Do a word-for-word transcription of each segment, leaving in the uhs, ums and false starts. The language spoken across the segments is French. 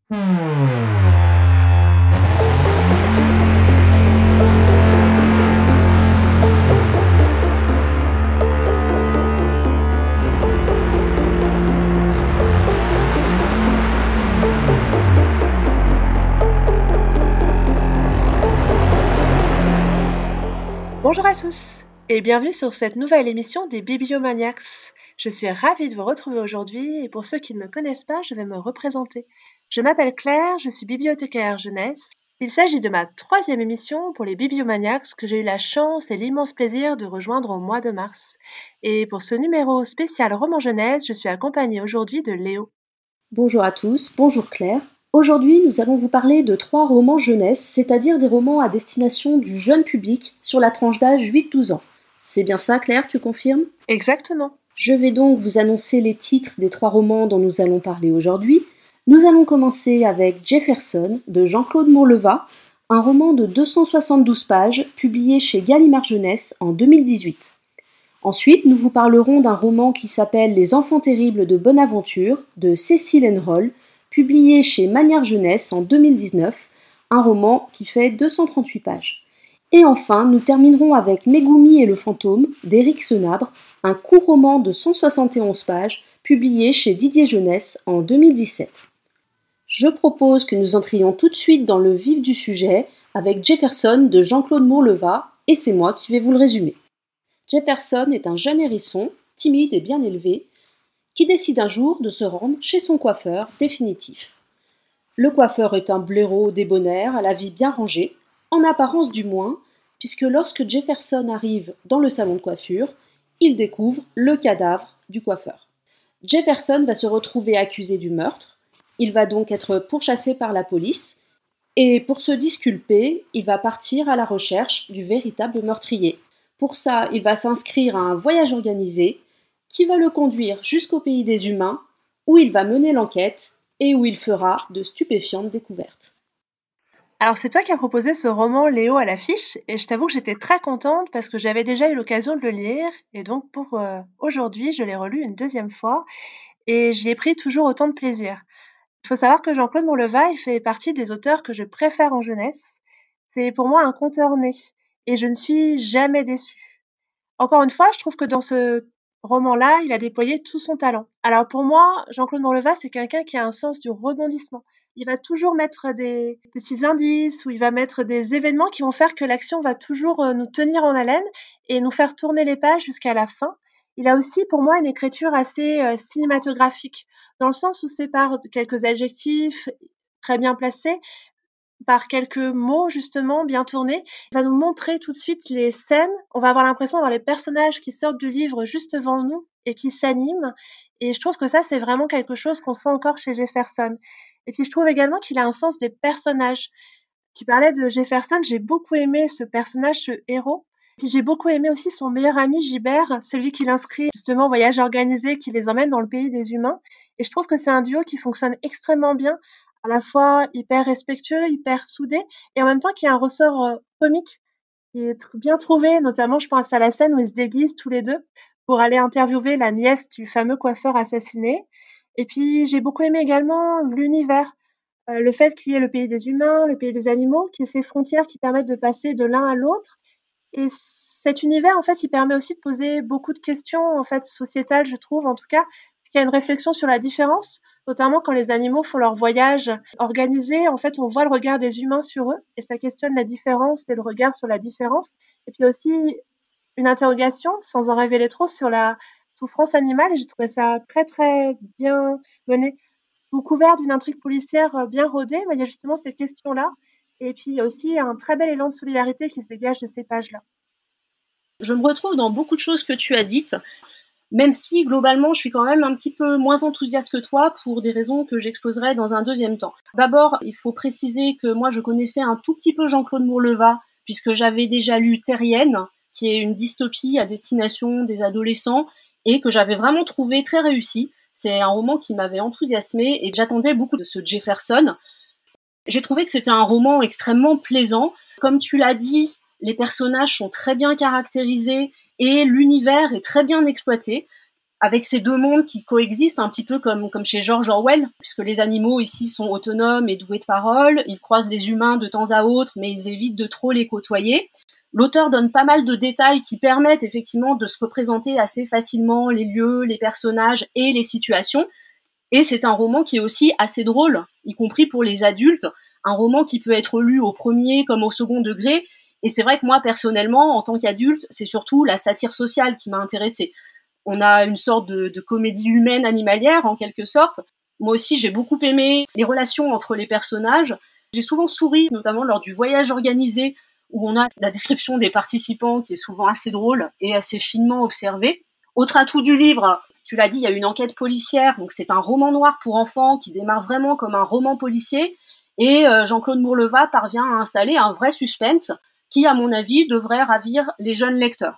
Bonjour à tous et bienvenue sur cette nouvelle émission des Bibliomaniacs. Je suis ravie de vous retrouver aujourd'hui et pour ceux qui ne me connaissent pas, je vais me représenter. Je m'appelle Claire, je suis bibliothécaire jeunesse. Il s'agit de ma troisième émission pour les Bibliomaniacs que j'ai eu la chance et l'immense plaisir de rejoindre au mois de mars. Et pour ce numéro spécial roman jeunesse, je suis accompagnée aujourd'hui de Léo. Bonjour à tous, bonjour Claire. Aujourd'hui, nous allons vous parler de trois romans jeunesse, c'est-à-dire des romans à destination du jeune public sur la tranche d'âge huit douze ans. C'est bien ça, Claire, tu confirmes ? Exactement. Je vais donc vous annoncer les titres des trois romans dont nous allons parler aujourd'hui. Nous allons commencer avec Jefferson de Jean-Claude Mourleva, un roman de deux cent soixante-douze pages publié chez Gallimard Jeunesse en deux mille dix-huit. Ensuite, nous vous parlerons d'un roman qui s'appelle Les Enfants terribles de Bonaventure de Cécile Henrold, publié chez Manière Jeunesse en deux mille dix-neuf, un roman qui fait deux cent trente-huit pages. Et enfin, nous terminerons avec Megumi et le fantôme d'Éric Senabre, un court roman de cent soixante et onze pages, publié chez Didier Jeunesse en deux mille dix-sept. Je propose que nous entrions tout de suite dans le vif du sujet avec Jefferson de Jean-Claude Mourleva, et c'est moi qui vais vous le résumer. Jefferson est un jeune hérisson, timide et bien élevé, qui décide un jour de se rendre chez son coiffeur définitif. Le coiffeur est un blaireau débonnaire à la vie bien rangée, en apparence du moins, puisque lorsque Jefferson arrive dans le salon de coiffure, il découvre le cadavre du coiffeur. Jefferson va se retrouver accusé du meurtre, il va donc être pourchassé par la police, et pour se disculper, il va partir à la recherche du véritable meurtrier. Pour ça, il va s'inscrire à un voyage organisé qui va le conduire jusqu'au pays des humains, où il va mener l'enquête et où il fera de stupéfiantes découvertes. Alors c'est toi qui as proposé ce roman Léo à l'affiche et je t'avoue que j'étais très contente parce que j'avais déjà eu l'occasion de le lire et donc pour euh, aujourd'hui je l'ai relu une deuxième fois et j'y ai pris toujours autant de plaisir. Il faut savoir que Jean-Claude Mourleva il fait partie des auteurs que je préfère en jeunesse. C'est pour moi un conteur né et je ne suis jamais déçue. Encore une fois, je trouve que dans ce roman-là, il a déployé tout son talent. Alors pour moi, Jean-Claude Mourleva, c'est quelqu'un qui a un sens du rebondissement. Il va toujours mettre des petits indices ou il va mettre des événements qui vont faire que l'action va toujours euh, nous tenir en haleine et nous faire tourner les pages jusqu'à la fin. Il a aussi, pour moi, une écriture assez euh, cinématographique, dans le sens où c'est par quelques adjectifs très bien placés, par quelques mots justement bien tournés, il va nous montrer tout de suite les scènes. On va avoir l'impression d'avoir les personnages qui sortent du livre juste devant nous et qui s'animent. Et je trouve que ça, c'est vraiment quelque chose qu'on sent encore chez Jefferson. Et puis je trouve également qu'il a un sens des personnages. Tu parlais de Jefferson, j'ai beaucoup aimé ce personnage, ce héros. Puis j'ai beaucoup aimé aussi son meilleur ami Gilbert, celui qui l'inscrit justement au voyage organisé, qui les emmène dans le pays des humains. Et je trouve que c'est un duo qui fonctionne extrêmement bien, à la fois hyper respectueux, hyper soudé, et en même temps qui a un ressort euh, comique qui est tr- bien trouvé. Notamment, je pense à la scène où ils se déguisent tous les deux pour aller interviewer la nièce du fameux coiffeur assassiné. Et puis j'ai beaucoup aimé également l'univers. Heu, le fait qu'il y ait le pays des humains, le pays des animaux, qu'il y ait ces frontières qui permettent de passer de l'un à l'autre et cet univers, en fait, il permet aussi de poser beaucoup de questions, en fait, sociétales, je trouve, en tout cas. Parce qu'il y a une réflexion sur la différence, notamment quand les animaux font leur voyage organisé, en fait, on voit le regard des humains sur eux et ça questionne la différence et le regard sur la différence et puis aussi une interrogation, sans en révéler trop, sur la souffrance animale et j'ai trouvé ça très, très bien mené. Sous couvert d'une intrigue policière euh, bien rodée, bah, il y a justement ces questions-là. Et puis, il y a aussi un très bel élan de solidarité qui se dégage de ces pages-là. Je me retrouve dans beaucoup de choses que tu as dites, même si globalement je suis quand même un petit peu moins enthousiaste que toi pour des raisons que j'exposerai dans un deuxième temps. D'abord, il faut préciser que moi je connaissais un tout petit peu Jean-Claude Mourleva, puisque j'avais déjà lu Terrienne, qui est une dystopie à destination des adolescents, et que j'avais vraiment trouvé très réussi. C'est un roman qui m'avait enthousiasmé et que j'attendais beaucoup de ce Jefferson. J'ai trouvé que c'était un roman extrêmement plaisant. Comme tu l'as dit, les personnages sont très bien caractérisés et l'univers est très bien exploité. avec ces deux mondes qui coexistent un petit peu comme, comme chez George Orwell, puisque les animaux ici sont autonomes et doués de parole, ils croisent les humains de temps à autre, mais ils évitent de trop les côtoyer. L'auteur donne pas mal de détails qui permettent effectivement de se représenter assez facilement les lieux, les personnages et les situations. Et c'est un roman qui est aussi assez drôle, y compris pour les adultes, un roman qui peut être lu au premier comme au second degré. Et c'est vrai que moi, personnellement, en tant qu'adulte, c'est surtout la satire sociale qui m'a intéressée. On a une sorte de, de comédie humaine animalière, en quelque sorte. Moi aussi, j'ai beaucoup aimé les relations entre les personnages. J'ai souvent souri, notamment lors du voyage organisé, où on a la description des participants qui est souvent assez drôle et assez finement observée. Autre atout du livre, tu l'as dit, il y a une enquête policière, donc c'est un roman noir pour enfants qui démarre vraiment comme un roman policier, et euh, Jean-Claude Mourleva parvient à installer un vrai suspense qui, à mon avis, devrait ravir les jeunes lecteurs.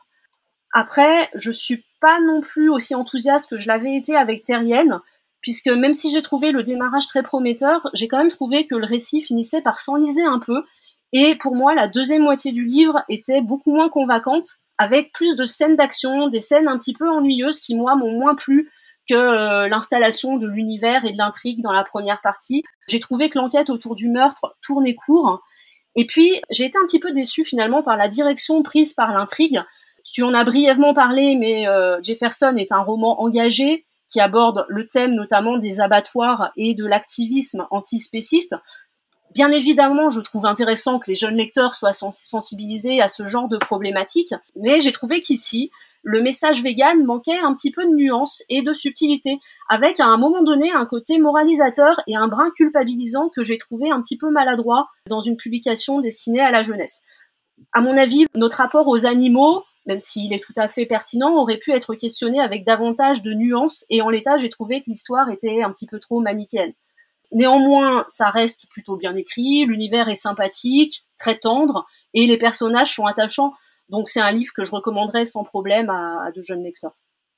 Après, je suis pas non plus aussi enthousiaste que je l'avais été avec Terrienne, puisque même si j'ai trouvé le démarrage très prometteur, j'ai quand même trouvé que le récit finissait par s'enliser un peu, et pour moi, la deuxième moitié du livre était beaucoup moins convaincante, avec plus de scènes d'action, des scènes un petit peu ennuyeuses qui, moi, m'ont moins plu que euh, l'installation de l'univers et de l'intrigue dans la première partie. J'ai trouvé que l'enquête autour du meurtre tournait court, et puis j'ai été un petit peu déçue finalement par la direction prise par l'intrigue. Tu en as brièvement parlé, mais euh, Jefferson est un roman engagé qui aborde le thème notamment des abattoirs et de l'activisme antispéciste. Bien évidemment, je trouve intéressant que les jeunes lecteurs soient sens- sensibilisés à ce genre de problématiques, mais j'ai trouvé qu'ici, le message vegan manquait un petit peu de nuance et de subtilité, avec à un moment donné un côté moralisateur et un brin culpabilisant que j'ai trouvé un petit peu maladroit dans une publication destinée à la jeunesse. À mon avis, notre rapport aux animaux, même s'il est tout à fait pertinent, aurait pu être questionné avec davantage de nuances, et en l'état, j'ai trouvé que l'histoire était un petit peu trop manichéenne. Néanmoins, ça reste plutôt bien écrit, l'univers est sympathique, très tendre, et les personnages sont attachants. Donc c'est un livre que je recommanderais sans problème à, à de jeunes lecteurs.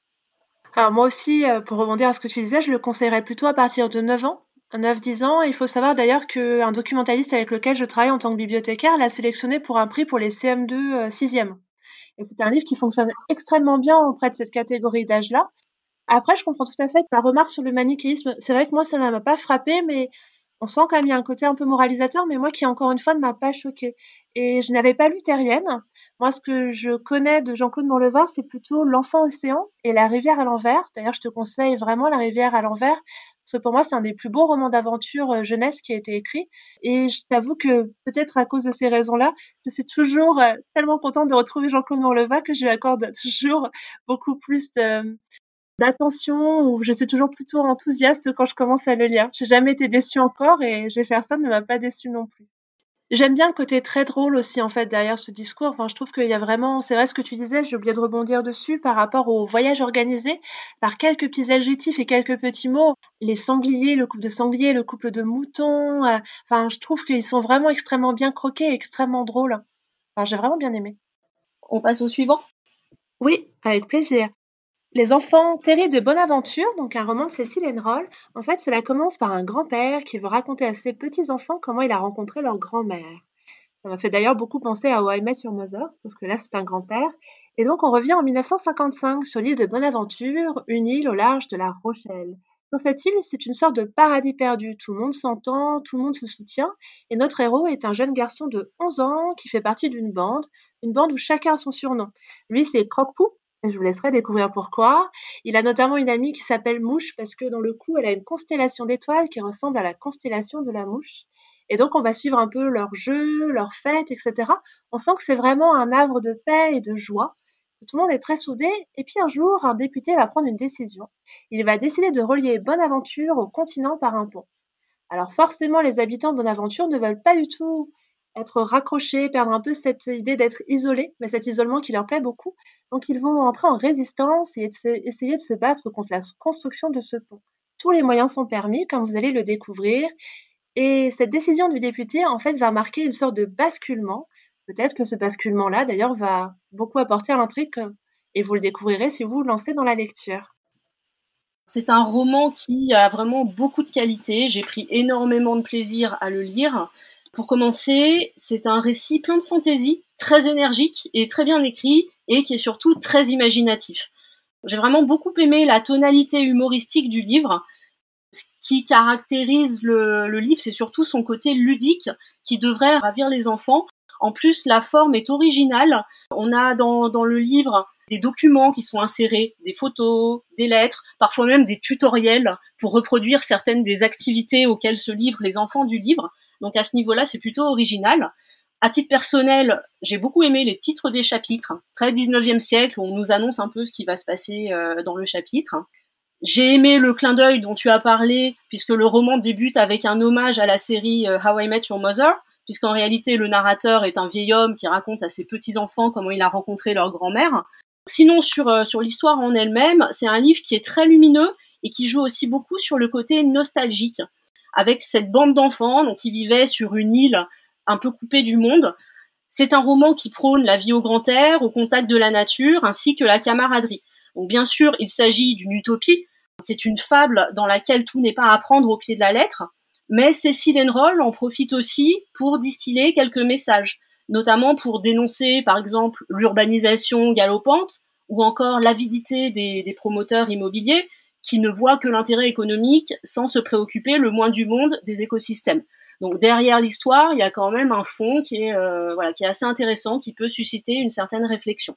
Alors moi aussi, euh, pour rebondir à ce que tu disais, je le conseillerais plutôt à partir de neuf ans, neuf dix ans. Il faut savoir d'ailleurs qu'un documentaliste avec lequel je travaille en tant que bibliothécaire l'a sélectionné pour un prix pour les C M deux euh, sixième. Et c'est un livre qui fonctionne extrêmement bien auprès de cette catégorie d'âge-là. Après, je comprends tout à fait ta remarque sur le manichéisme. C'est vrai que moi, ça ne m'a pas frappé, mais on sent quand même il y a un côté un peu moralisateur, mais moi qui, encore une fois, ne m'a pas choqué. Et je n'avais pas lu Terrienne. Moi, ce que je connais de Jean-Claude Morleva, c'est plutôt L'Enfant Océan et La Rivière à l'envers. D'ailleurs, je te conseille vraiment La Rivière à l'envers, parce que pour moi, c'est un des plus beaux romans d'aventure euh, jeunesse qui a été écrit. Et je t'avoue que peut-être à cause de ces raisons-là, je suis toujours euh, tellement contente de retrouver Jean-Claude Morleva que je lui accorde toujours beaucoup plus de, d'attention, où je suis toujours plutôt enthousiaste quand je commence à le lire. J'ai jamais été déçue encore et Jefferson ne m'a pas déçue non plus. J'aime bien le côté très drôle aussi en fait derrière ce discours. Enfin, je trouve qu'il y a vraiment, c'est vrai ce que tu disais, j'ai oublié de rebondir dessus par rapport au voyage organisé, par quelques petits adjectifs et quelques petits mots. Les sangliers, le couple de sangliers, le couple de moutons. euh, Enfin, je trouve qu'ils sont vraiment extrêmement bien croqués et extrêmement drôles. Enfin, j'ai vraiment bien aimé. On passe au suivant. Oui, avec plaisir. Les enfants terribles de Bonaventure, donc un roman de Cécile Henrold. En fait, cela commence par un grand-père qui veut raconter à ses petits-enfants comment il a rencontré leur grand-mère. Ça m'a fait d'ailleurs beaucoup penser à How I Met Your Mother, sauf que là c'est un grand-père. Et donc on revient en mille neuf cent cinquante-cinq sur l'île de Bonaventure, une île au large de La Rochelle. Sur cette île, c'est une sorte de paradis perdu. Tout le monde s'entend, tout le monde se soutient. Et notre héros est un jeune garçon de onze ans qui fait partie d'une bande, une bande où chacun a son surnom. Lui, c'est Croque-Pou, et je vous laisserai découvrir pourquoi. Il a notamment une amie qui s'appelle Mouche parce que dans le cou, elle a une constellation d'étoiles qui ressemble à la constellation de la mouche. Et donc, on va suivre un peu leurs jeux, leurs fêtes, et cetera. On sent que c'est vraiment un havre de paix et de joie. Tout le monde est très soudé. Et puis un jour, un député va prendre une décision. Il va décider de relier Bonaventure au continent par un pont. Alors forcément, les habitants de Bonaventure ne veulent pas du tout être raccrochés, perdre un peu cette idée d'être isolés, mais cet isolement qui leur plaît beaucoup. Donc ils vont entrer en résistance et essayer de se battre contre la construction de ce pont. Tous les moyens sont permis, comme vous allez le découvrir. Et cette décision du député, en fait, va marquer une sorte de basculement. Peut-être que ce basculement-là, d'ailleurs, va beaucoup apporter à l'intrigue, et vous le découvrirez si vous vous lancez dans la lecture. C'est un roman qui a vraiment beaucoup de qualité. J'ai pris énormément de plaisir à le lire. Pour commencer, c'est un récit plein de fantaisie, très énergique et très bien écrit, et qui est surtout très imaginatif. J'ai vraiment beaucoup aimé la tonalité humoristique du livre. Ce qui caractérise le, le livre, c'est surtout son côté ludique qui devrait ravir les enfants. En plus, la forme est originale. On a dans, dans le livre des documents qui sont insérés, des photos, des lettres, parfois même des tutoriels pour reproduire certaines des activités auxquelles se livrent les enfants du livre. Donc à ce niveau-là, c'est plutôt original. À titre personnel, j'ai beaucoup aimé les titres des chapitres, très dix-neuvième siècle, où on nous annonce un peu ce qui va se passer euh, dans le chapitre. J'ai aimé le clin d'œil dont tu as parlé, puisque le roman débute avec un hommage à la série How I Met Your Mother, puisqu'en réalité, le narrateur est un vieil homme qui raconte à ses petits-enfants comment il a rencontré leur grand-mère. Sinon, sur, euh, sur l'histoire en elle-même, c'est un livre qui est très lumineux et qui joue aussi beaucoup sur le côté nostalgique, avec cette bande d'enfants donc, qui vivaient sur une île un peu coupée du monde. C'est un roman qui prône la vie au grand air, au contact de la nature, ainsi que la camaraderie. Donc bien sûr, il s'agit d'une utopie. C'est une fable dans laquelle tout n'est pas à prendre au pied de la lettre, mais Cécile Enroll en profite aussi pour distiller quelques messages, notamment pour dénoncer, par exemple, l'urbanisation galopante ou encore l'avidité des, des promoteurs immobiliers qui ne voient que l'intérêt économique sans se préoccuper le moins du monde des écosystèmes. Donc derrière l'histoire, il y a quand même un fond qui est, euh, voilà, qui est assez intéressant, qui peut susciter une certaine réflexion.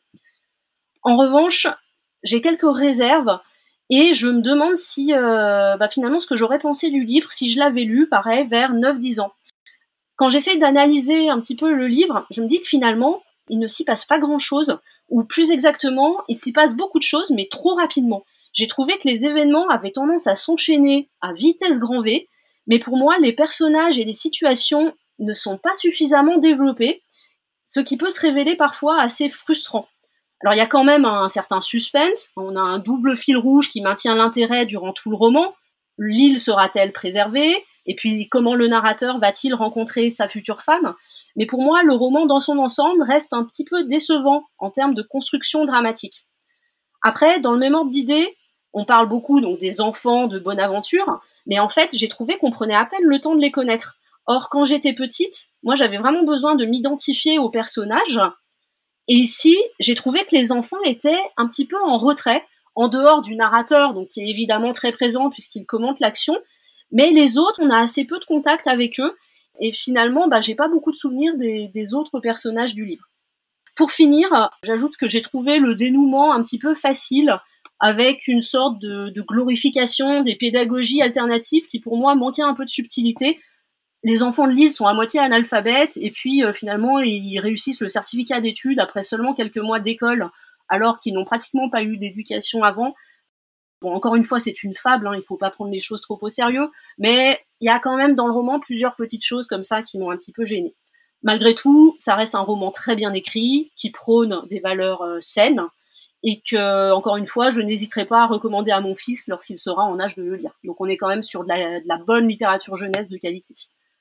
En revanche, j'ai quelques réserves et je me demande si euh, bah finalement ce que j'aurais pensé du livre si je l'avais lu, pareil, vers neuf dix ans. Quand j'essaye d'analyser un petit peu le livre, je me dis que finalement, il ne s'y passe pas grand-chose, ou plus exactement, il s'y passe beaucoup de choses, mais trop rapidement. J'ai trouvé que les événements avaient tendance à s'enchaîner à vitesse grand V, mais pour moi, les personnages et les situations ne sont pas suffisamment développés, ce qui peut se révéler parfois assez frustrant. Alors il y a quand même un certain suspense, on a un double fil rouge qui maintient l'intérêt durant tout le roman. L'île sera-t-elle préservée? Et puis comment le narrateur va-t-il rencontrer sa future femme? Mais pour moi, le roman dans son ensemble reste un petit peu décevant en termes de construction dramatique. Après, dans le même ordre d'idée, on parle beaucoup donc des enfants de Bonaventure, mais en fait, j'ai trouvé qu'on prenait à peine le temps de les connaître. Or, quand j'étais petite, moi j'avais vraiment besoin de m'identifier aux personnages. Et ici, j'ai trouvé que les enfants étaient un petit peu en retrait, en dehors du narrateur, donc qui est évidemment très présent puisqu'il commente l'action, mais les autres, on a assez peu de contact avec eux, et finalement, bah, j'ai pas beaucoup de souvenirs des, des autres personnages du livre. Pour finir, j'ajoute que j'ai trouvé le dénouement un petit peu facile, avec une sorte de, de glorification des pédagogies alternatives qui pour moi manquaient un peu de subtilité. Les enfants de l'île sont à moitié analphabètes et puis euh, finalement ils réussissent le certificat d'études après seulement quelques mois d'école alors qu'ils n'ont pratiquement pas eu d'éducation avant. Bon, encore une fois, c'est une fable, hein, il faut pas prendre les choses trop au sérieux, mais il y a quand même dans le roman plusieurs petites choses comme ça qui m'ont un petit peu gênée. Malgré tout, ça reste un roman très bien écrit, qui prône des valeurs euh, saines, et que, encore une fois, je n'hésiterai pas à recommander à mon fils lorsqu'il sera en âge de le lire. Donc on est quand même sur de la, de la bonne littérature jeunesse de qualité.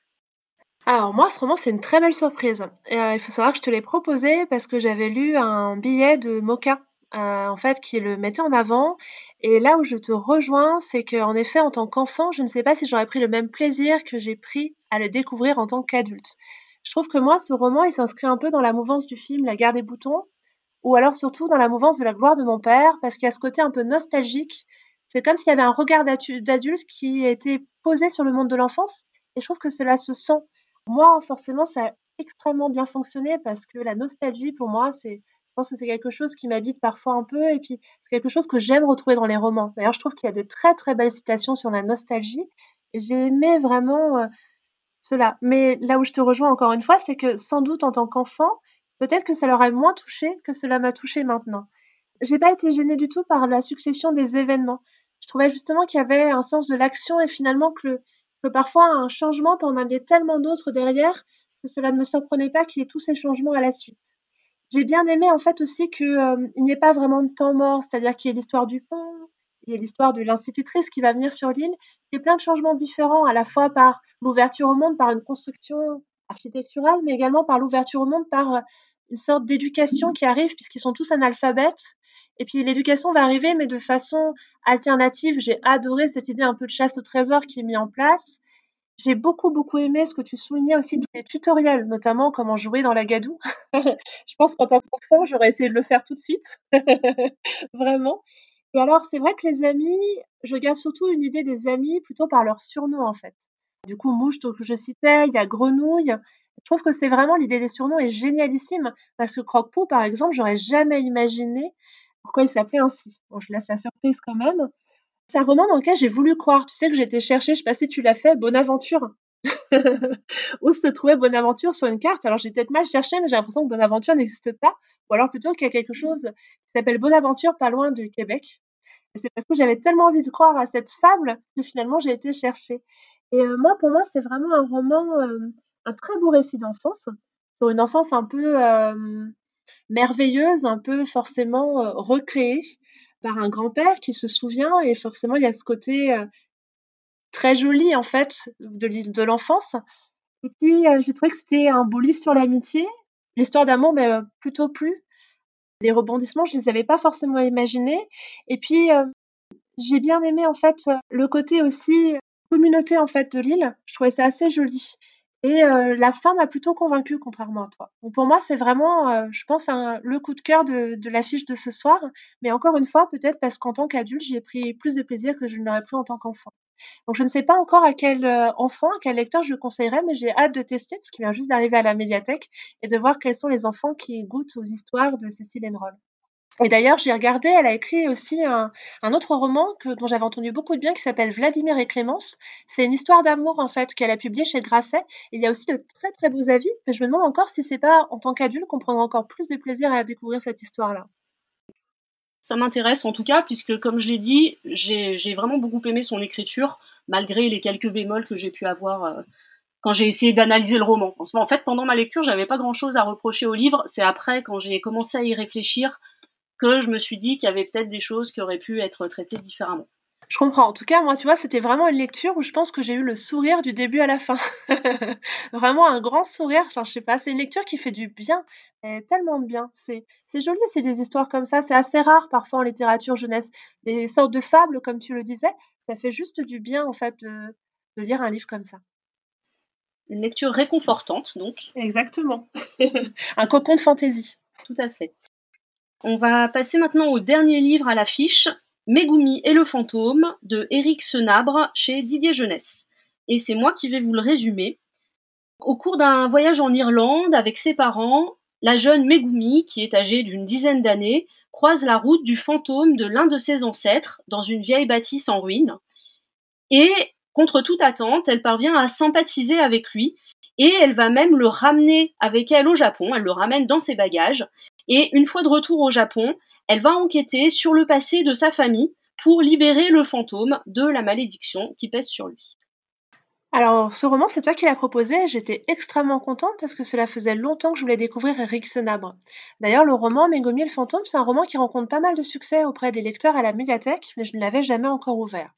Alors moi, ce roman, c'est une très belle surprise. Et, euh, il faut savoir que je te l'ai proposé parce que j'avais lu un billet de Moka, euh, en fait, qui le mettait en avant. Et là où je te rejoins, c'est qu'en effet, en tant qu'enfant, je ne sais pas si j'aurais pris le même plaisir que j'ai pris à le découvrir en tant qu'adulte. Je trouve que moi, ce roman, il s'inscrit un peu dans la mouvance du film La Guerre des boutons, ou alors surtout dans la mouvance de La gloire de mon père, parce qu'il y a ce côté un peu nostalgique. C'est comme s'il y avait un regard d'adu- d'adulte qui était posé sur le monde de l'enfance. Et je trouve que cela se sent. Moi, forcément, ça a extrêmement bien fonctionné parce que la nostalgie, pour moi, c'est, je pense que c'est quelque chose qui m'habite parfois un peu et puis c'est quelque chose que j'aime retrouver dans les romans. D'ailleurs, je trouve qu'il y a de très très belles citations sur la nostalgie et j'ai aimé vraiment euh, cela. Mais là où je te rejoins encore une fois, c'est que sans doute en tant qu'enfant, peut-être que ça leur a moins touché que cela m'a touché maintenant. J'ai pas été gênée du tout par la succession des événements. Je trouvais justement qu'il y avait un sens de l'action et finalement que, le- que parfois un changement peut en amener tellement d'autres derrière que cela ne me surprenait pas qu'il y ait tous ces changements à la suite. J'ai bien aimé en fait aussi qu'il n'y ait pas vraiment de temps mort, c'est-à-dire qu'il y ait l'histoire du pont, il y a l'histoire de l'institutrice qui va venir sur l'île, il y a plein de changements différents, à la fois par l'ouverture au monde, par une construction architecturale, mais également par l'ouverture au monde, par euh, une sorte d'éducation qui arrive, puisqu'ils sont tous analphabètes. Et puis l'éducation va arriver, mais de façon alternative. J'ai adoré cette idée un peu de chasse au trésor qui est mise en place. J'ai beaucoup, beaucoup aimé ce que tu soulignais aussi, tous les tutoriels, notamment comment jouer dans la gadoue. Je pense qu'en tant qu'enfant, j'aurais essayé de le faire tout de suite, vraiment. Et alors, c'est vrai que les amis, je garde surtout une idée des amis plutôt par leur surnom, en fait. Du coup, Mouche, donc, que je citais, il y a Grenouille. Je trouve que c'est vraiment l'idée des surnoms est génialissime parce que Croque-Pou, par exemple, j'aurais jamais imaginé pourquoi il s'appelait ainsi. Bon, je laisse la surprise quand même. C'est un roman dans lequel j'ai voulu croire. Tu sais que j'étais chercher, je sais pas si tu l'as fait, Bonaventure. Où se trouvait Bonaventure sur une carte. Alors j'ai peut-être mal cherché, mais j'ai l'impression que Bonaventure n'existe pas. Ou alors plutôt qu'il y a quelque chose qui s'appelle Bonaventure pas loin du Québec. Et c'est parce que j'avais tellement envie de croire à cette fable que finalement j'ai été chercher. Et euh, moi, pour moi, c'est vraiment un roman, euh, un très beau récit d'enfance, sur une enfance un peu euh, merveilleuse, un peu forcément euh, recréée par un grand-père qui se souvient. Et forcément, il y a ce côté euh, très joli, en fait, de, l'i- de l'enfance. Et puis, euh, j'ai trouvé que c'était un beau livre sur l'amitié. L'histoire d'amour m'a plutôt plu. Les rebondissements, je les avais pas forcément imaginés. Et puis, euh, j'ai bien aimé en fait, heu, le côté aussi, heu, communauté en fait de l'île. Je trouvais ça assez joli et heu, la fin m'a plutôt convaincue contrairement à toi. Donc pour moi, c'est vraiment, heu, je pense un le coup de cœur de de l'affiche de ce soir, mais encore une fois, peut-être parce qu'en tant qu'adulte, j'y ai pris plus de plaisir que je ne l'aurais pris en tant qu'enfant. Donc je ne sais pas encore à quel, heu, enfant, à quel lecteur je le conseillerais, mais j'ai hâte de tester parce qu'il vient juste d'arriver à la médiathèque et de voir quels sont les enfants qui goûtent aux histoires de Cécile Henneroll. Et d'ailleurs, j'ai regardé, elle a écrit aussi un, un autre roman que, dont j'avais entendu beaucoup de bien qui s'appelle Vladimir et Clémence. C'est une histoire d'amour en fait qu'elle a publiée chez Grasset. Il y a aussi de très très beaux avis, mais je me demande encore si c'est pas en tant qu'adulte qu'on prendra encore plus de plaisir à découvrir cette histoire-là. Ça m'intéresse en tout cas, puisque comme je l'ai dit, j'ai j'ai vraiment beaucoup aimé son écriture, malgré les quelques bémols que j'ai pu avoir euh, quand j'ai essayé d'analyser le roman. En fait, pendant ma lecture, j'avais pas grand-chose à reprocher au livre. C'est après, quand j'ai commencé à y réfléchir, que je me suis dit qu'il y avait peut-être des choses qui auraient pu être traitées différemment. Je comprends. En tout cas, moi, tu vois, c'était vraiment une lecture où je pense que j'ai eu le sourire du début à la fin. Vraiment un grand sourire. Enfin, je sais pas, c'est une lecture qui fait du bien, et tellement de bien. C'est, c'est joli, c'est des histoires comme ça. C'est assez rare parfois en littérature jeunesse. Des sortes de fables, comme tu le disais. Ça fait juste du bien, en fait, de, de lire un livre comme ça. Une lecture réconfortante, donc. Exactement. Un cocon de fantaisie. Tout à fait. On va passer maintenant au dernier livre à l'affiche, Megumi et le fantôme, de Éric Senabre, chez Didier Jeunesse. Et c'est moi qui vais vous le résumer. Au cours d'un voyage en Irlande avec ses parents, la jeune Megumi, qui est âgée d'une dizaine d'années, croise la route du fantôme de l'un de ses ancêtres dans une vieille bâtisse en ruine. Et, contre toute attente, elle parvient à sympathiser avec lui et elle va même le ramener avec elle au Japon. Elle le ramène dans ses bagages. Et une fois de retour au Japon, elle va enquêter sur le passé de sa famille pour libérer le fantôme de la malédiction qui pèse sur lui. Alors, ce roman, c'est toi qui l'as proposé. J'étais extrêmement contente parce que cela faisait longtemps que je voulais découvrir Éric Senabre. D'ailleurs, le roman Megumi et le fantôme, c'est un roman qui rencontre pas mal de succès auprès des lecteurs à la médiathèque, mais je ne l'avais jamais encore ouvert.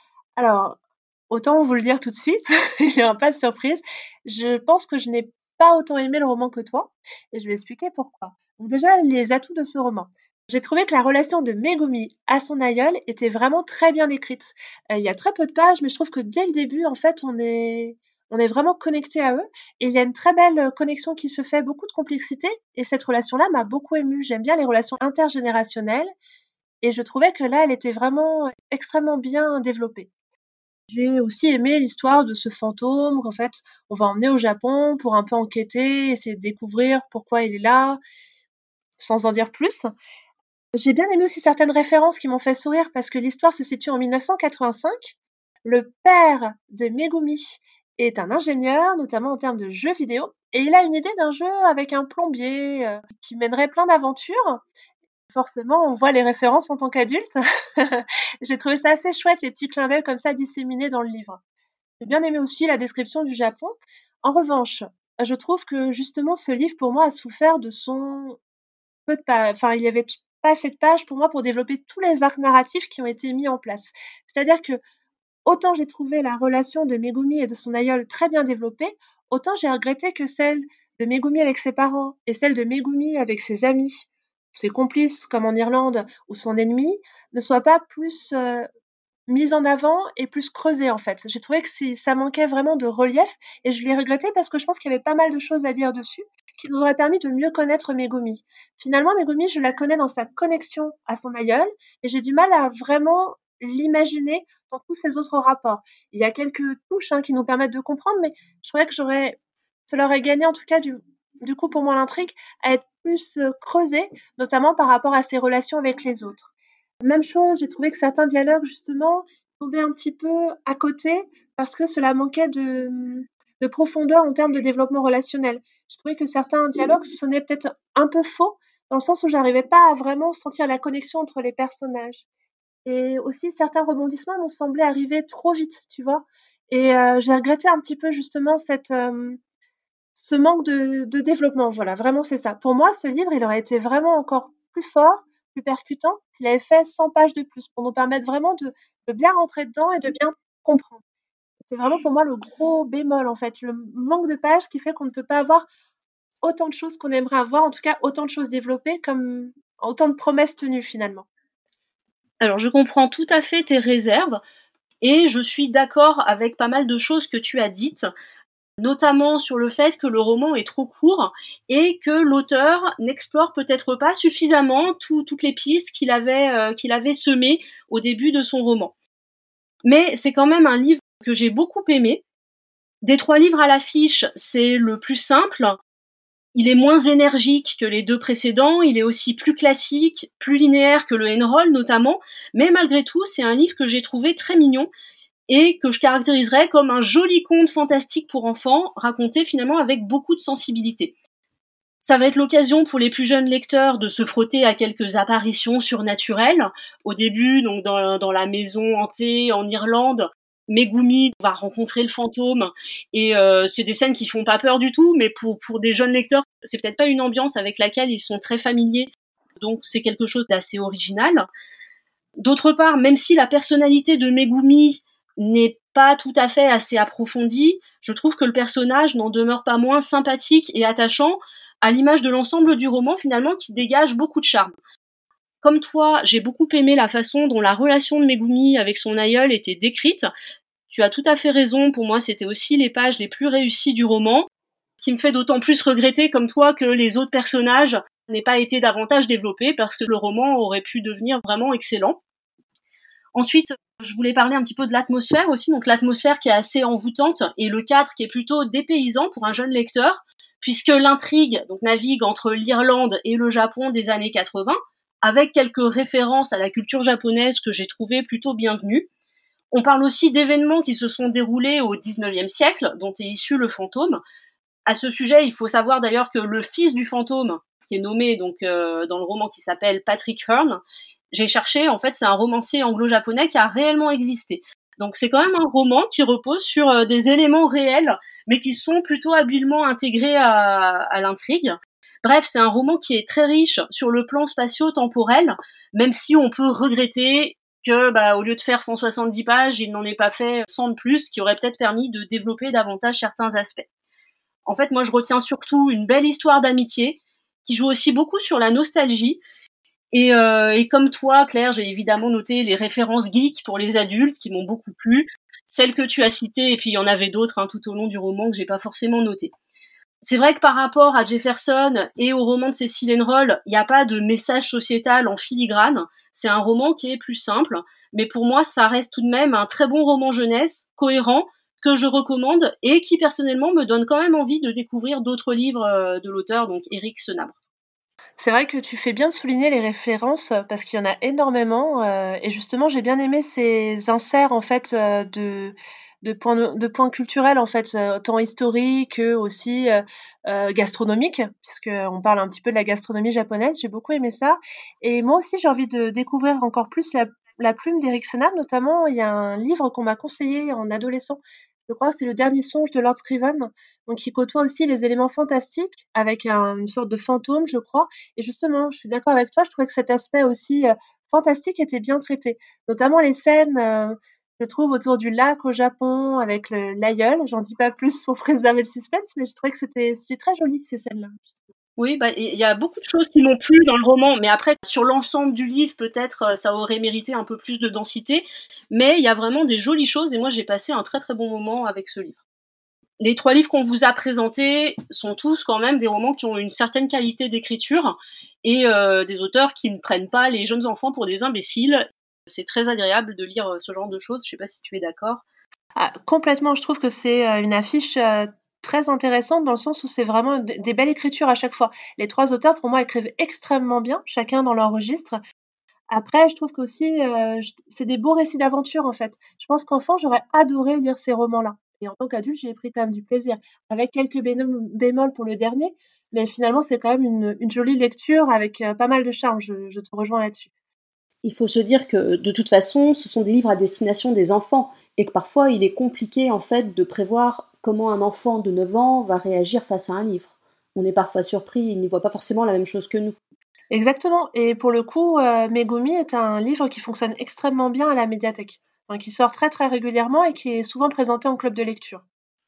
Alors, autant vous le dire tout de suite, il n'y aura pas de surprise. Je pense que je n'ai pas autant aimé le roman que toi, et je vais expliquer pourquoi. Donc déjà, les atouts de ce roman. J'ai trouvé que la relation de Megumi à son aïeul était vraiment très bien écrite. Euh, il y a très peu de pages, mais je trouve que dès le début, en fait, on est, on est vraiment connecté à eux. Et il y a une très belle euh, connexion qui se fait, beaucoup de complexité. Et cette relation-là m'a beaucoup émue. J'aime bien les relations intergénérationnelles. Et je trouvais que là, elle était vraiment extrêmement bien développée. J'ai aussi aimé l'histoire de ce fantôme qu'en fait, on va emmener au Japon pour un peu enquêter, essayer de découvrir pourquoi il est là, sans en dire plus. J'ai bien aimé aussi certaines références qui m'ont fait sourire parce que l'histoire se situe en mille neuf cent quatre-vingt-cinq. Le père de Megumi est un ingénieur, notamment en termes de jeux vidéo, et il a une idée d'un jeu avec un plombier euh, qui mènerait plein d'aventures. Forcément, on voit les références en tant qu'adulte. J'ai trouvé ça assez chouette, les petits clins d'œil comme ça disséminés dans le livre. J'ai bien aimé aussi la description du Japon. En revanche, je trouve que justement ce livre pour moi a souffert de son peu de pages. Enfin, il y avait pas assez de pages pour moi pour développer tous les arcs narratifs qui ont été mis en place. C'est-à-dire que autant j'ai trouvé la relation de Megumi et de son aïeul très bien développée, autant j'ai regretté que celle de Megumi avec ses parents et celle de Megumi avec ses amis, ses complices comme en Irlande ou son ennemi, ne soient pas plus euh, mise en avant et plus creusée en fait. J'ai trouvé que si, ça manquait vraiment de relief et je l'ai regretté parce que je pense qu'il y avait pas mal de choses à dire dessus. qui nous aurait permis de mieux connaître Megumi. Finalement, Megumi, je la connais dans sa connexion à son aïeul, et j'ai du mal à vraiment l'imaginer dans tous ses autres rapports. Il y a quelques touches hein, qui nous permettent de comprendre, mais je trouvais que j'aurais, ça leur aurait gagné en tout cas du, du coup pour moi l'intrigue à être plus euh, creusée, notamment par rapport à ses relations avec les autres. Même chose, j'ai trouvé que certains dialogues justement tombaient un petit peu à côté parce que cela manquait de, de profondeur en termes de développement relationnel. Je trouvais que certains dialogues sonnaient peut-être un peu faux, dans le sens où j'arrivais pas à vraiment sentir la connexion entre les personnages. Et aussi, certains rebondissements m'ont semblé arriver trop vite, tu vois. Et euh, j'ai regretté un petit peu justement cette, euh, ce manque de, de développement. Voilà, vraiment, c'est ça. Pour moi, ce livre, il aurait été vraiment encore plus fort, plus percutant s'il avait fait cent pages de plus pour nous permettre vraiment de, de bien rentrer dedans et de bien comprendre. C'est vraiment pour moi le gros bémol, en fait, le manque de pages qui fait qu'on ne peut pas avoir autant de choses qu'on aimerait avoir, en tout cas autant de choses développées, comme autant de promesses tenues finalement. Alors, je comprends tout à fait tes réserves et je suis d'accord avec pas mal de choses que tu as dites, notamment sur le fait que le roman est trop court et que l'auteur n'explore peut-être pas suffisamment tout, toutes les pistes qu'il avait, euh, qu'il avait semées au début de son roman. Mais c'est quand même un livre que j'ai beaucoup aimé. Des trois livres à l'affiche, c'est le plus simple. Il est moins énergique que les deux précédents, il est aussi plus classique, plus linéaire que le N-Roll notamment, mais malgré tout, c'est un livre que j'ai trouvé très mignon et que je caractériserais comme un joli conte fantastique pour enfants, raconté finalement avec beaucoup de sensibilité. Ça va être l'occasion pour les plus jeunes lecteurs de se frotter à quelques apparitions surnaturelles. Au début, donc dans, dans la maison hantée en Irlande, Megumi va rencontrer le fantôme et euh, c'est des scènes qui font pas peur du tout, mais pour, pour des jeunes lecteurs, c'est peut-être pas une ambiance avec laquelle ils sont très familiers, donc c'est quelque chose d'assez original. D'autre part, même si la personnalité de Megumi n'est pas tout à fait assez approfondie, je trouve que le personnage n'en demeure pas moins sympathique et attachant, à l'image de l'ensemble du roman finalement qui dégage beaucoup de charme. Comme toi, j'ai beaucoup aimé la façon dont la relation de Megumi avec son aïeul était décrite. Tu as tout à fait raison, pour moi c'était aussi les pages les plus réussies du roman, ce qui me fait d'autant plus regretter comme toi que les autres personnages n'aient pas été davantage développés parce que le roman aurait pu devenir vraiment excellent. Ensuite, je voulais parler un petit peu de l'atmosphère aussi, donc l'atmosphère qui est assez envoûtante et le cadre qui est plutôt dépaysant pour un jeune lecteur, puisque l'intrigue donc, navigue entre l'Irlande et le Japon des années quatre-vingts, avec quelques références à la culture japonaise que j'ai trouvées plutôt bienvenues. On parle aussi d'événements qui se sont déroulés au dix-neuvième siècle, dont est issu le fantôme. À ce sujet, il faut savoir d'ailleurs que le fils du fantôme, qui est nommé donc euh, dans le roman qui s'appelle Patrick Hearn, j'ai cherché, en fait, c'est un romancier anglo-japonais qui a réellement existé. Donc c'est quand même un roman qui repose sur euh, des éléments réels, mais qui sont plutôt habilement intégrés à, à l'intrigue. Bref, c'est un roman qui est très riche sur le plan spatio-temporel, même si on peut regretter que, bah, au lieu de faire cent soixante-dix pages, il n'en ait pas fait cent de plus, ce qui aurait peut-être permis de développer davantage certains aspects. En fait, moi, je retiens surtout une belle histoire d'amitié, qui joue aussi beaucoup sur la nostalgie. Et, euh, et comme toi, Claire, j'ai évidemment noté les références geeks pour les adultes qui m'ont beaucoup plu, celles que tu as citées, et puis il y en avait d'autres hein, tout au long du roman que j'ai pas forcément notées. C'est vrai que par rapport à Jefferson et au roman de Cécile Roll, il n'y a pas de message sociétal en filigrane. C'est un roman qui est plus simple, mais pour moi, ça reste tout de même un très bon roman jeunesse, cohérent, que je recommande et qui personnellement me donne quand même envie de découvrir d'autres livres de l'auteur, donc Éric Senabre. C'est vrai que tu fais bien de souligner les références parce qu'il y en a énormément euh, et justement j'ai bien aimé ces inserts en fait euh, de de points de points culturels en fait euh, autant historiques que aussi euh, euh, gastronomiques puisque on parle un petit peu de la gastronomie japonaise. J'ai beaucoup aimé ça et moi aussi j'ai envie de découvrir encore plus la la plume d'Eric Senna. Notamment il y a un livre qu'on m'a conseillé en adolescent. Je crois que c'est Le Dernier songe de Lord Scriven, donc qui côtoie aussi les éléments fantastiques avec un, une sorte de fantôme, je crois. Et justement, je suis d'accord avec toi, je trouvais que cet aspect aussi euh, fantastique était bien traité. Notamment les scènes, euh, je trouve, autour du lac au Japon avec le, l'aïeul. J'en dis pas plus pour préserver le suspense, mais je trouvais que c'était, c'était très joli ces scènes-là. Oui, bah, il y a beaucoup de choses qui m'ont plu dans le roman, mais après, sur l'ensemble du livre, peut-être, ça aurait mérité un peu plus de densité, mais il y a vraiment des jolies choses, et moi, j'ai passé un très très bon moment avec ce livre. les trois livres qu'on vous a présentés sont tous quand même des romans qui ont une certaine qualité d'écriture et euh, des auteurs qui ne prennent pas les jeunes enfants pour des imbéciles. C'est très agréable de lire ce genre de choses. Je sais pas si tu es d'accord. Ah, complètement, je trouve que c'est une affiche euh, très intéressante dans le sens où c'est vraiment d- des belles écritures à chaque fois. Les trois auteurs, pour moi, écrivent extrêmement bien, chacun dans leur registre. Après, je trouve qu'aussi, euh, je- c'est des beaux récits d'aventure, en fait. Je pense qu'enfant, j'aurais adoré lire ces romans-là. Et en tant qu'adulte, j'y ai pris quand même du plaisir, avec quelques béno- bémols pour le dernier, mais finalement, c'est quand même une, une jolie lecture avec euh, pas mal de charme. Je, je te rejoins là-dessus. Il faut se dire que de toute façon, ce sont des livres à destination des enfants et que parfois il est compliqué en fait de prévoir comment un enfant de neuf ans va réagir face à un livre. On est parfois surpris, il n'y voit pas forcément la même chose que nous. Exactement. Et pour le coup, euh, Megumi est un livre qui fonctionne extrêmement bien à la médiathèque, enfin, qui sort très très régulièrement et qui est souvent présenté en club de lecture.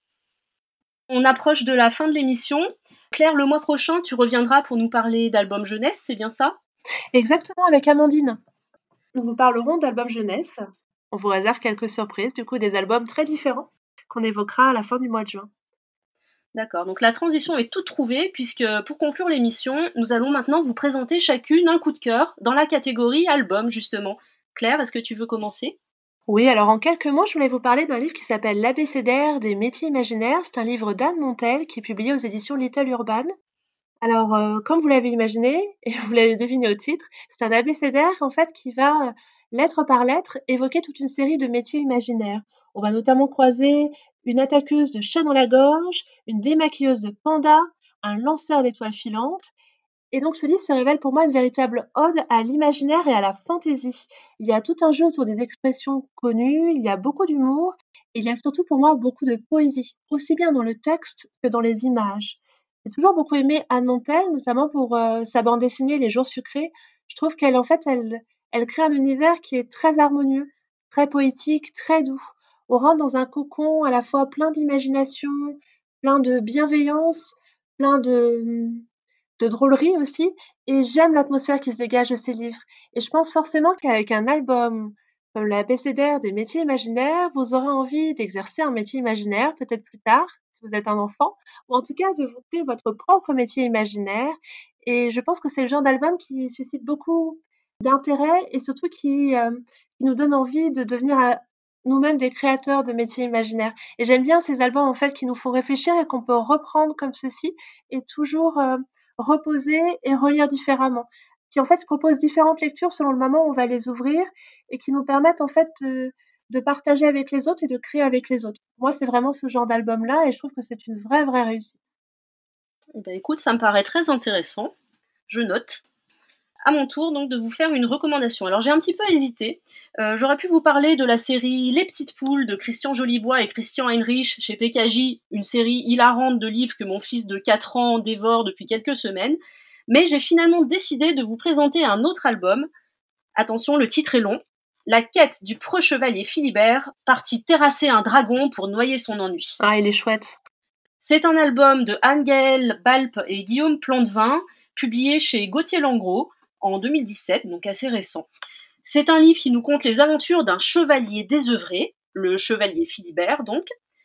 On approche de la fin de l'émission. Claire, le mois prochain, tu reviendras pour nous parler d'albums jeunesse, c'est bien ça? Exactement, avec Amandine. Nous vous parlerons d'albums jeunesse. On vous réserve quelques surprises, du coup des albums très différents qu'on évoquera à la fin du mois de juin. D'accord, donc la transition est toute trouvée puisque pour conclure l'émission, nous allons maintenant vous présenter chacune un coup de cœur dans la catégorie album justement. Claire, est-ce que tu veux commencer? Oui, alors en quelques mots, je voulais vous parler d'un livre qui s'appelle L'Abécédaire des métiers imaginaires. C'est un livre d'Anne Montel qui est publié aux éditions Little Urban. Alors, heu, comme vous l'avez imaginé et vous l'avez deviné au titre, c'est un abécédaire en fait qui va, heu, lettre par lettre, évoquer toute une série de métiers imaginaires. On va notamment croiser une attaqueuse de chat dans la gorge, une démaquilleuse de panda, un lanceur d'étoiles filantes et donc ce livre se révèle pour moi une véritable ode à l'imaginaire et à la fantaisie. Il y a tout un jeu autour des expressions connues, il y a beaucoup d'humour et il y a surtout pour moi beaucoup de poésie, aussi bien dans le texte que dans les images. J'ai toujours beaucoup aimé Anne Montel, notamment pour euh, sa bande dessinée Les Jours sucrés. Je trouve qu'elle en fait elle, elle crée un univers qui est très harmonieux, très poétique, très doux. On rentre dans un cocon à la fois plein d'imagination, plein de bienveillance, plein de de drôlerie aussi et j'aime l'atmosphère qui se dégage de ces livres. Et je pense forcément qu'avec un album comme l'Abécédaire des métiers imaginaires, vous aurez envie d'exercer un métier imaginaire, peut-être plus tard, si vous êtes un enfant, ou en tout cas de vous créer votre propre métier imaginaire. Et je pense que c'est le genre d'album qui suscite beaucoup d'intérêt et surtout qui, euh, qui nous donne envie de devenir euh, nous-mêmes des créateurs de métiers imaginaires. Et j'aime bien ces albums en fait qui nous font réfléchir et qu'on peut reprendre comme ceci et toujours euh, reposer et relire différemment, qui en fait proposent différentes lectures selon le moment où on va les ouvrir et qui nous permettent en fait de, de partager avec les autres et de créer avec les autres. Moi, c'est vraiment ce genre d'album-là et je trouve que c'est une vraie, vraie réussite. Eh ben, écoute, ça me paraît très intéressant. Je note. À mon tour donc de vous faire une recommandation. Alors j'ai un petit peu hésité. Euh, j'aurais pu vous parler de la série Les Petites Poules de Christian Jolibois et Christian Heinrich chez P K J, une série hilarante de livres que mon fils de quatre ans dévore depuis quelques semaines. Mais j'ai finalement décidé de vous présenter un autre album. Attention, le titre est long. La quête du preux chevalier Philibert, parti terrasser un dragon pour noyer son ennui. Ah, il est chouette. C'est un album de Anne-Gaëlle Balp et Guillaume Plantevin, publié chez Gauthier Langros en deux mille dix-sept, donc assez récent. C'est un livre qui nous conte les aventures d'un chevalier désœuvré, le chevalier Philibert donc,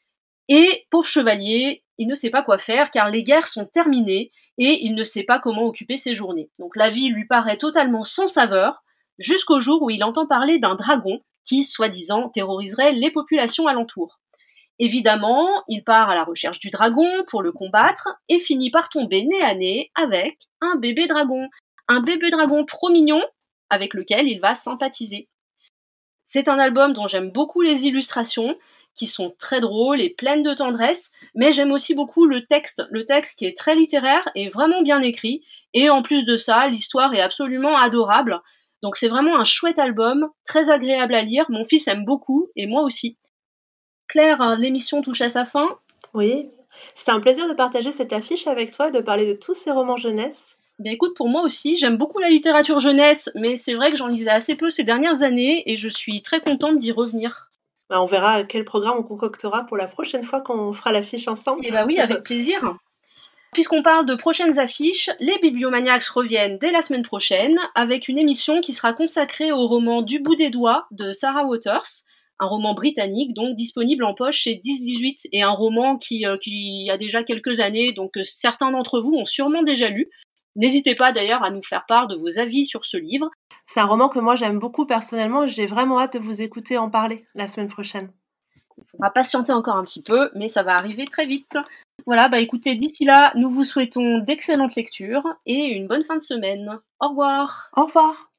et pauvre chevalier, il ne sait pas quoi faire car les guerres sont terminées et il ne sait pas comment occuper ses journées. Donc la vie lui paraît totalement sans saveur, jusqu'au jour où il entend parler d'un dragon qui, soi-disant, terroriserait les populations alentours. Évidemment, il part à la recherche du dragon pour le combattre et finit par tomber nez à nez avec un bébé dragon. Un bébé dragon trop mignon avec lequel il va sympathiser. C'est un album dont j'aime beaucoup les illustrations, qui sont très drôles et pleines de tendresse, mais j'aime aussi beaucoup le texte, le texte qui est très littéraire et vraiment bien écrit, et en plus de ça, l'histoire est absolument adorable. Donc c'est vraiment un chouette album, très agréable à lire, mon fils aime beaucoup, et moi aussi. Claire, l'émission touche à sa fin. Oui, c'était un plaisir de partager cette affiche avec toi et de parler de tous ces romans jeunesse. Ben écoute, pour moi aussi, j'aime beaucoup la littérature jeunesse, mais c'est vrai que j'en lisais assez peu ces dernières années et je suis très contente d'y revenir. Bah, on verra quel programme on concoctera pour la prochaine fois qu'on fera l'affiche ensemble. Eh bah oui, avec plaisir. Puisqu'on parle de prochaines affiches, les Bibliomaniacs reviennent dès la semaine prochaine avec une émission qui sera consacrée au roman Du bout des doigts de Sarah Waters. un roman britannique, donc disponible en poche chez dix dix-huit, et un roman qui, euh, qui a déjà quelques années, donc euh, certains d'entre vous ont sûrement déjà lu. N'hésitez pas d'ailleurs à nous faire part de vos avis sur ce livre. C'est un roman que moi j'aime beaucoup personnellement, j'ai vraiment hâte de vous écouter en parler la semaine prochaine. Il faudra patienter encore un petit peu, mais ça va arriver très vite. Voilà, bah écoutez, d'ici là, nous vous souhaitons d'excellentes lectures et une bonne fin de semaine. Au revoir. Au revoir.